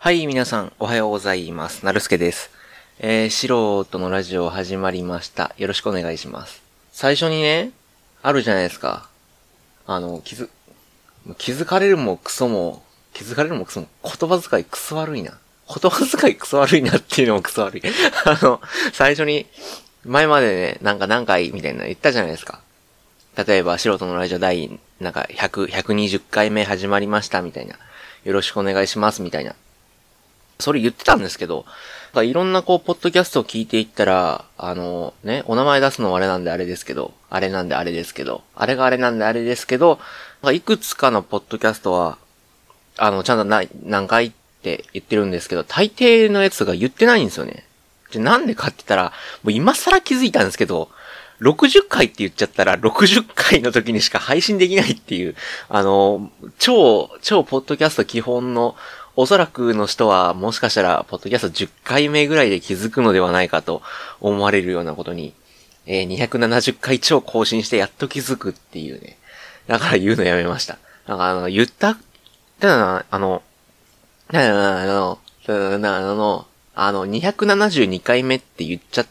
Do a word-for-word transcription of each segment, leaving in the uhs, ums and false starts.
はい、皆さん、おはようございます。なるすけです。えー、素人のラジオ始まりました。よろしくお願いします。最初にね、あるじゃないですか。あの、気づ、気づかれるもクソも、気づかれるもクソも、言葉遣いクソ悪いな。言葉遣いクソ悪いなっていうのもクソ悪い。あの、最初に、前までね、なんか何回みたいなの言ったじゃないですか。例えば、素人のラジオ第、なんか、ひゃく、ひゃくにじゅっかいめ始まりましたみたいな。よろしくお願いしますみたいな。それ言ってたんですけど、いろんなこう、ポッドキャストを聞いていったら、あの、ね、お名前出すのはあれなんであれですけど、あれなんであれですけど、あれがあれなんであれですけど、いくつかのポッドキャストは、あの、ちゃんとな、何回って言ってるんですけど、大抵のやつが言ってないんですよね。じゃ、なんでかって言ったら、もう今更気づいたんですけど、ろくじゅっかいって言っちゃったら、ろくじゅっかいの時にしか配信できないっていう、あの、超、超ポッドキャスト基本の、おそらくの人は、もしかしたら、ポッドキャストじゅっかいめぐらいで気づくのではないかと思われるようなことに、えー、にひゃくななじゅっかい超更新してやっと気づくっていうね。だから言うのやめました。なんかあの、言った、ただあの、あの、あの、あの、にひゃくななじゅうにかいめって言っちゃって、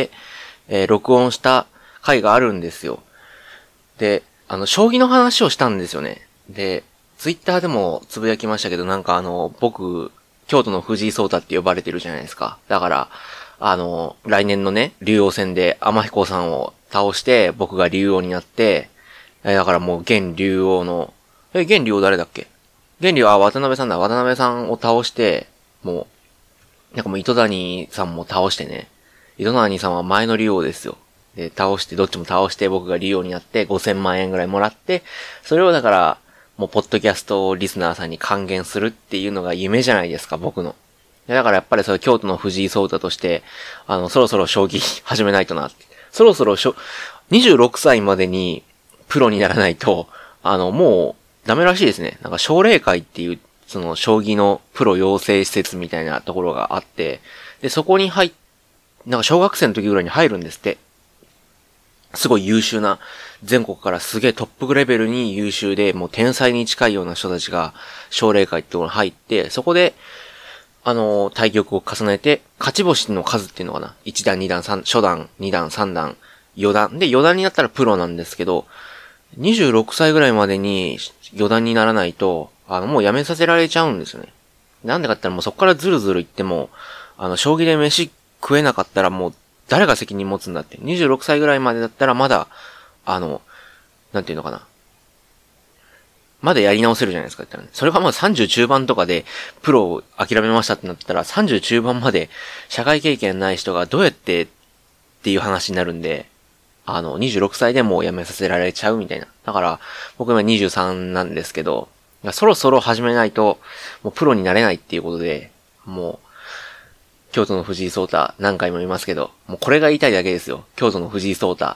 えー、録音した回があるんですよ。で、あの、将棋の話をしたんですよね。で、ツイッターでもつぶやきましたけど、なんかあの、僕、京都の藤井聡太って呼ばれてるじゃないですか。だから、あの、来年のね、竜王戦で天彦さんを倒して、僕が竜王になって、え、だからもう現竜王の、え、現竜王誰だっけ？現竜王、あ、渡辺さんだ。渡辺さんを倒して、もう、なんかもう糸谷さんも倒してね。糸谷さんは前の竜王ですよ。で、倒して、どっちも倒して、僕が竜王になってごせんまんえんぐらいもらって、それをだから、もう、ポッドキャストリスナーさんに還元するっていうのが夢じゃないですか、僕の。だからやっぱりそれ京都の藤井聡太として、あの、そろそろ将棋始めないとなって。そろそろしょ、にじゅうろくさいまでにプロにならないと、あの、もうダメらしいですね。なんか奨励会っていう、その将棋のプロ養成施設みたいなところがあって、で、そこに入っ、なんか小学生の時ぐらいに入るんですって。すごい優秀な、全国からすげえトップレベルに優秀で、もう天才に近いような人たちが、奨励会ってところに入って、そこで、あのー、対局を重ねて、勝ち星の数っていうのかな。いち段、に段、さん、初段、に段、さん段、よ段。で、よ段になったらプロなんですけど、にじゅうろくさいぐらいまでによ段にならないと、あの、もうやめさせられちゃうんですよね。なんでかって言ったらもうそこからずるずるいっても、あの、将棋で飯食えなかったらもう、誰が責任持つんだって。にじゅうろくさいぐらいまでだったらまだ、あの、なんていうのかな。まだやり直せるじゃないですか、言ったらね。それがまあさんじゅう中盤とかで、プロを諦めましたってなったら、さんじゅう中盤まで社会経験ない人がどうやってっていう話になるんで、あの、にじゅうろくさいでもう辞めさせられちゃうみたいな。だから、僕今にじゅうさんなんですけど、そろそろ始めないと、もうプロになれないっていうことで、もう、京都の藤井聡太何回も言いますけど、もうこれが言いたいだけですよ。京都の藤井聡太。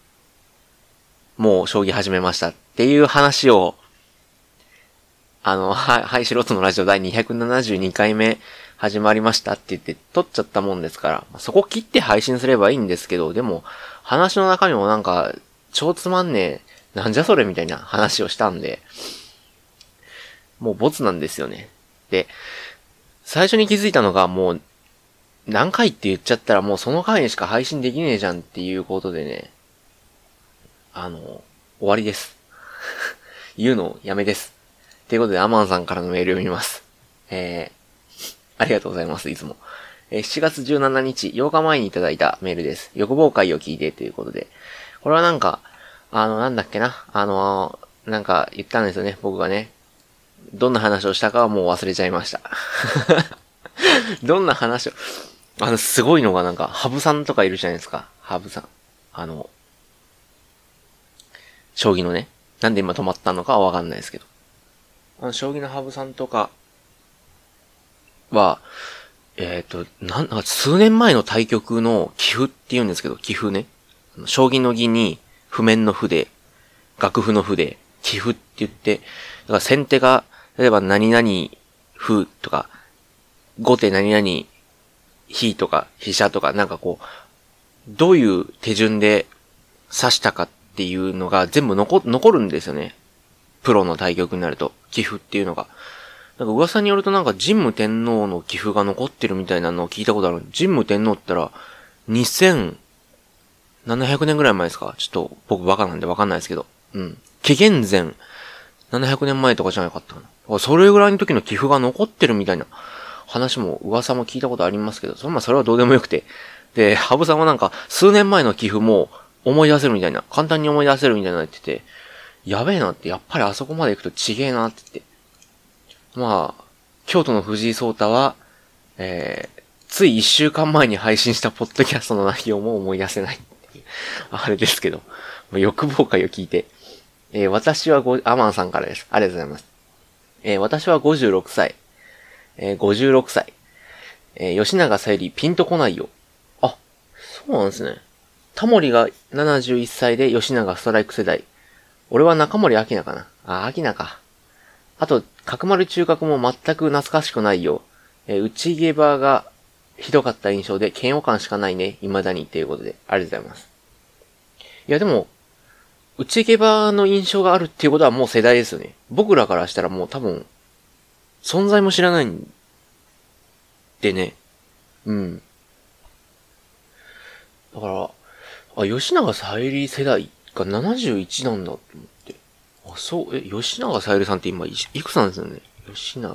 もう将棋始めましたっていう話を、あの、はい、はい、素人のラジオ第にひゃくななじゅうにかいめ始まりましたって言って撮っちゃったもんですから、そこ切って配信すればいいんですけど、でも、話の中身もなんか、超つまんねえ、なんじゃそれみたいな話をしたんで、もうボツなんですよね。で、最初に気づいたのがもう、何回って言っちゃったらもうその回にしか配信できねえじゃんっていうことでね、あの、終わりです。言うのやめです。ということでアマンさんからのメールを読みます。えー、ありがとうございます、いつも。えー、しちがつじゅうしちにち、ようかまえにいただいたメールです。欲望会を聞いてということで。これはなんか、あの、なんだっけな。あの、なんか言ったんですよね、僕がね。どんな話をしたかはもう忘れちゃいました。どんな話を、あの、すごいのがなんか、ハブさんとかいるじゃないですか。ハブさん。あの、将棋のね。なんで今止まったのかはわかんないですけど。あの、将棋のハブさんとかは、えっと、なん、なんか数年前の対局の棋譜って言うんですけど、棋譜ね。将棋の儀に、譜面の譜で、楽譜の譜で、棋譜って言って、だから先手が、例えば何々歩とか、後手何々飛とか飛車とか、なんかこう、どういう手順で指したかっていうのが全部残、残るんですよね。プロの対局になると、棋譜っていうのが。 なんか噂によるとなんか神武天皇の寄付が残ってるみたいなのを聞いたことある。神武天皇って言ったら、にせんななひゃくねんぐらい前ですか？ちょっと僕バカなんでわかんないですけど。うん。紀元前ななひゃくねんまえとかじゃなかったかな。それぐらいの時の寄付が残ってるみたいな話も噂も聞いたことありますけど、それまあそれはどうでもよくて。で、ハブさんはなんか数年前の寄付も思い出せるみたいな、簡単に思い出せるみたいなの言ってて、やべえなって、やっぱりあそこまで行くとちげえなって言って。まあ、京都の藤井聡太は、えー、つい一週間前に配信したポッドキャストの内容も思い出せないっていう、あれですけど、欲望会を聞いて、えー、私はご、アマンさんからです。ありがとうございます。えー、私はごじゅうろくさい。えー、ごじゅうろくさい。えー、吉永小百合ピンとこないよ。あ、そうなんですね。タモリがななじゅういっさいで吉永ストライク世代。俺は中森明菜かな。あ、明菜か。あと、角丸中核も全く懐かしくないよ。えー、内ゲバがひどかった印象で嫌悪感しかないね。未だにっていうことで。ありがとうございます。いやでも、内ゲバの印象があるっていうことはもう世代ですよね。僕らからしたらもう多分、存在も知らないんでね。うん。だから、あ、吉永小百合世代がななじゅういちなんだと思って。あ、そう、え、吉永小百合さんって今い、いくつなんですよね。吉永。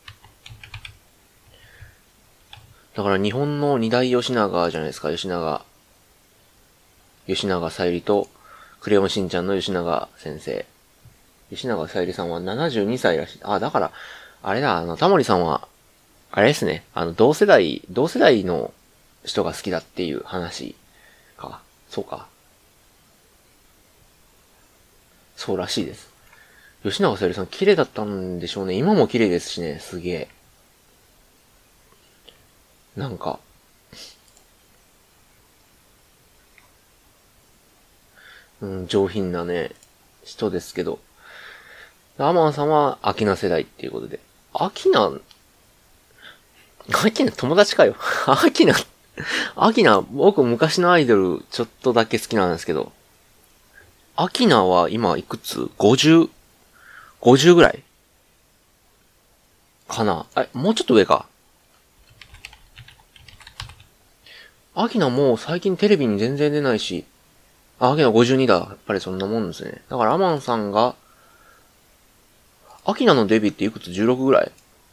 だから日本の二大吉永じゃないですか。吉永。吉永小百合と、クレヨンしんちゃんの吉永先生。吉永小百合さんはななじゅうにさいらしい。あ、だから、あれだ、あの、タモリさんは、あれですね。あの、同世代、同世代の人が好きだっていう話か。そうか。そうらしいです。吉永小百合さん綺麗だったんでしょうね。今も綺麗ですしね。すげえ。なんか、うん、上品なね、人ですけど。アマンさんは、アキナ世代っていうことで。アキナ、アキナ友達かよ。アキナ、アキナ、僕昔のアイドルちょっとだけ好きなんですけど。アキナは今いくつ ?ごじゅう、ごじゅうぐらいかな。え、もうちょっと上か。アキナもう最近テレビに全然出ないし、あ、アキナごじゅうにだ。やっぱりそんなもんですね。だからアマンさんが、アキナのデビューっていくつ ?じゅうろく ぐらい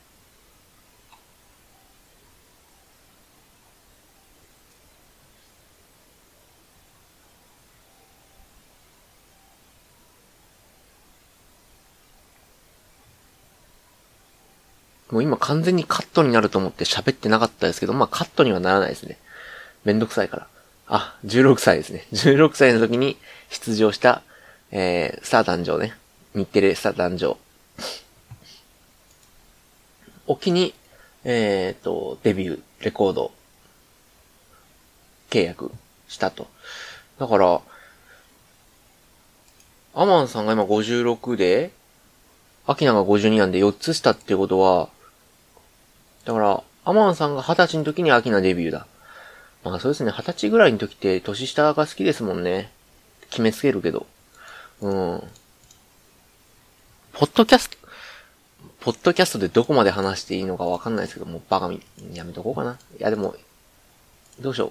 もう今完全にカットになると思って喋ってなかったですけど、まあカットにはならないですね。めんどくさいから。あ、じゅうろくさいですね。じゅうろくさいの時に出場した、えー、スター誕生ね。日テレスター誕生。おきに、えーと、デビュー、レコード、契約したと。だから、アマンさんが今ごじゅうろくで、アキナがごじゅうになんでよっつ下っていうことは、だから、アマンさんがはたちの時にアキナデビューだ。まあそうですね、はたちぐらいの時って年下が好きですもんね。決めつけるけど。うん。ポッドキャスト、ポッドキャストでどこまで話していいのかわかんないですけど、もうバカみ、やめとこうかな。いやでも、どうしよう。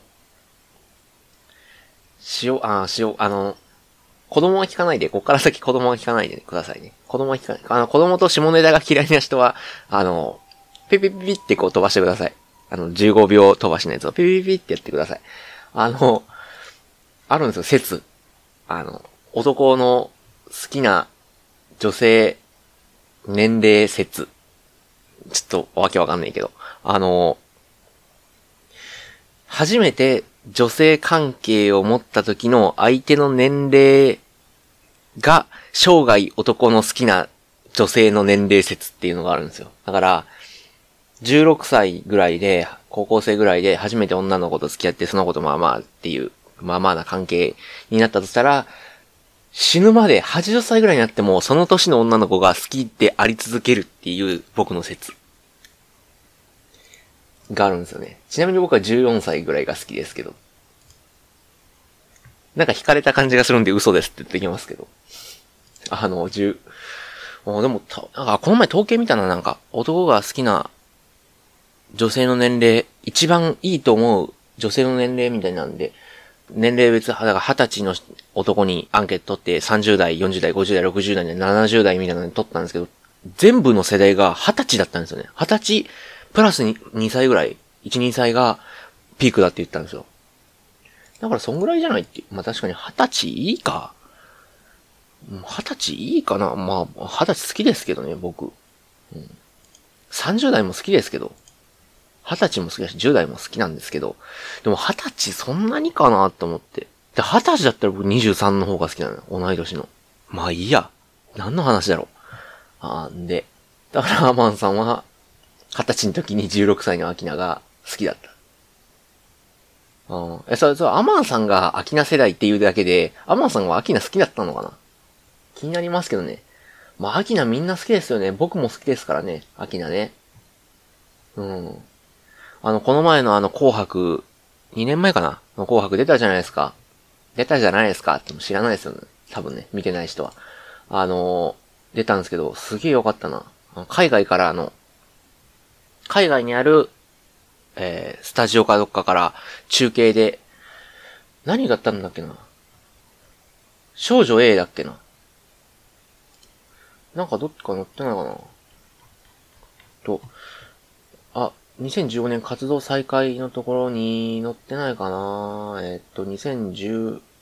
しよう、あ、しよう、あの、子供は聞かないで、こっから先子供は聞かないでくださいね。子供は聞かない。あの、子供と下ネタが嫌いな人は、あの、ピピピピってこう飛ばしてください。あの、じゅうごびょう飛ばしのやつをピピピピってやってください。あの、あるんですよ、説。あの、男の好きな女性年齢説。ちょっとわけわかんないけど。あの、初めて女性関係を持った時の相手の年齢が生涯男の好きな女性の年齢説っていうのがあるんですよ。だから、じゅうろくさいぐらいで、高校生ぐらいで初めて女の子と付き合ってその子とまあまあっていう、まあまあな関係になったとしたら、死ぬまではちじゅっさいぐらいになってもその年の女の子が好きであり続けるっていう僕の説があるんですよね。ちなみに僕はじゅうよんさいぐらいが好きですけど。なんか惹かれた感じがするんで嘘ですって言ってきますけど。あの、じゅう、 あでも、た、なんかこの前統計見たな、なんか、男が好きな女性の年齢、一番いいと思う女性の年齢みたいなんで、年齢別、だからはたちの男にアンケート取ってさんじゅう代、よんじゅう代、ごじゅう代、ろくじゅう代、ななじゅう代みたいなのに取ったんですけど、全部の世代がはたちだったんですよね。はたちプラスににさいぐらい、いち、にさいがピークだって言ったんですよ。だからそんぐらいじゃないって。まあ確かにはたちいいか。はたちいいかな。まあ、はたち好きですけどね、僕。うん、さんじゅう代も好きですけど。はたちも好きだし、じゅう代も好きなんですけど。でもはたちそんなにかなと思って。で、はたちだったら僕にじゅうさんの方が好きなのよ。同い年の。まあいいや。何の話だろう。あんで。だからアマンさんは、はたちの時にじゅうろくさいのアキナが好きだった。うん。え、それ、それ、アマンさんがアキナ世代っていうだけで、アマンさんはアキナ好きだったのかな？気になりますけどね。まあ、アキナみんな好きですよね。僕も好きですからね。アキナね。うん。あの、この前のあの、紅白、にねんまえかなの紅白出たじゃないですか。出たじゃないですかっても知らないですよね。多分ね、見てない人は。あの、出たんですけど、すげえ良かったな。海外からあの、海外にある、えー、スタジオかどっかから中継で、何があったんだっけな。少女 A だっけな。なんかどっか載ってないかな。と、あ、にせんじゅうごねん活動再開のところに載ってないかな。えー、っと、にせんじゅう、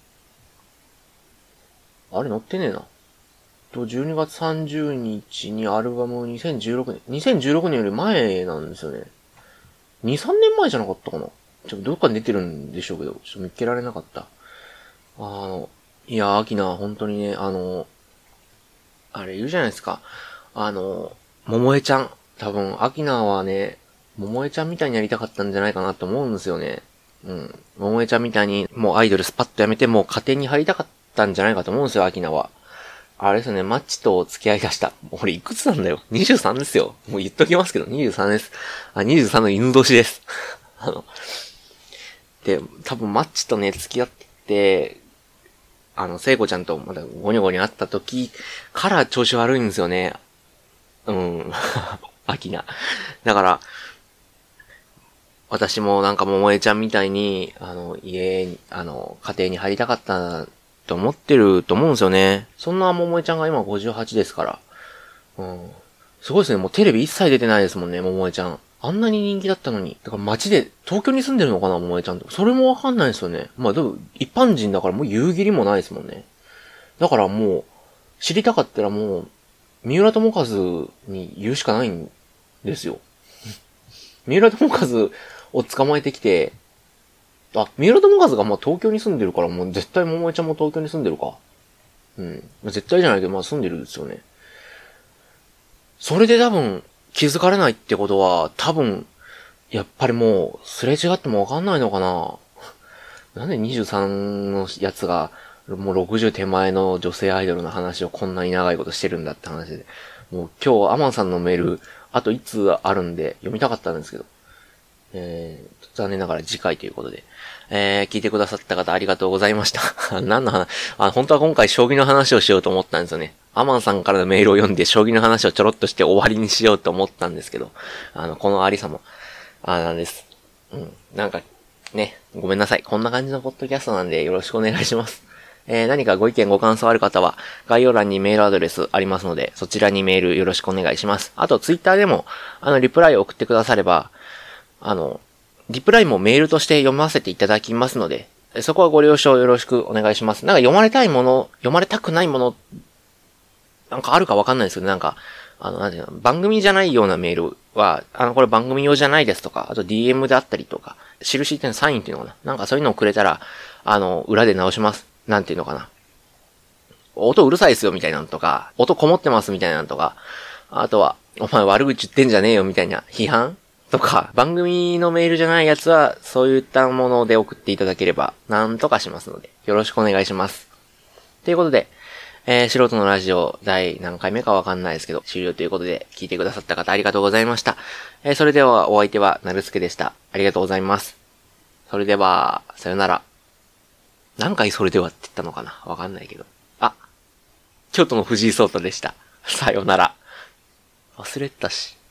あれ載ってねえな。と、じゅうにがつさんじゅうにちにアルバムにせんじゅうろくねん、にせんじゅうろくねんより前なんですよね。に、さんねんまえじゃなかったかな。ちょっとどっかに出てるんでしょうけど、ちょっと見っけられなかった。あの、いや、アキナ、本当にね、あの、あれ言うじゃないですか。あの、桃江ちゃん。多分、アキナはね、桃江ちゃんみたいになりたかったんじゃないかなと思うんですよね。うん。桃江ちゃんみたいに、もうアイドルスパッとやめて、もう家庭に入りたかったんじゃないかと思うんですよ、アキナは。あれですね、マッチと付き合い出した。俺いくつなんだよ。にじゅうさんですよ。もう言っときますけど、にじゅうさんです。あ、にじゅうさんの犬年です。あの、で、多分マッチとね、付き合って、あの、聖子ちゃんとまだゴニョゴニョ会った時から調子悪いんですよね。うん。アキナ。だから、私もなんか桃江ちゃんみたいに、あの、家に、あの、家庭に入りたかったと思ってると思うんですよね。そんな桃江ちゃんが今ごじゅうはちですから。うん。すごいですね。もうテレビ一切出てないですもんね、桃江ちゃん。あんなに人気だったのに。だから街で、東京に住んでるのかな、桃江ちゃんって。それもわかんないですよね。まあでも、一般人だからもう夕霧もないですもんね。だからもう、知りたかったらもう、三浦友和に言うしかないんですよ。三浦友和を捕まえてきて、あ、三浦友和がまあ東京に住んでるからもう絶対桃江ちゃんも東京に住んでるか。うん。絶対じゃないけどまあ住んでるんですよね。それで多分気づかれないってことは多分、やっぱりもうすれ違ってもわかんないのかな。なんでにじゅうさんのやつがもうろくじゅう手前の女性アイドルの話をこんなに長いことしてるんだって話で。もう今日アマンさんのメールあといつあるんで読みたかったんですけど。えー、残念ながら次回ということで。えー、聞いてくださった方ありがとうございました。何の話あ、本当は今回将棋の話をしようと思ったんですよね。アマンさんからのメールを読んで将棋の話をちょろっとして終わりにしようと思ったんですけど、あの、このありさま、あ、なんです。うん。なんか、ね、ごめんなさい。こんな感じのポッドキャストなんでよろしくお願いします。えー、何かご意見ご感想ある方は、概要欄にメールアドレスありますので、そちらにメールよろしくお願いします。あと、ツイッターでも、あの、リプライを送ってくだされば、あの、リプライもメールとして読ませていただきますので、そこはご了承よろしくお願いします。なんか読まれたいもの、読まれたくないもの、なんかあるかわかんないですけど、なんか、あの、なんていうの、番組じゃないようなメールは、あの、これ番組用じゃないですとか、あと ディーエム であったりとか、印っていうのサインっていうのかな。なんかそういうのをくれたら、あの、裏で直します。なんていうのかな。音うるさいですよみたいなのとか、音こもってますみたいなのとか、あとは、お前悪口言ってんじゃねえよみたいな批判とか、番組のメールじゃないやつは、そういったもので送っていただければ、なんとかしますので、よろしくお願いします。ということで、えー、素人のラジオ第何回目かわかんないですけど、終了ということで、聞いてくださった方ありがとうございました。えー、それではお相手はなるすけでした。ありがとうございます。それでは、さよなら。何回それではって言ったのかなわかんないけど。あ、京都の藤井聡太でした。 さよなら。忘れてたし。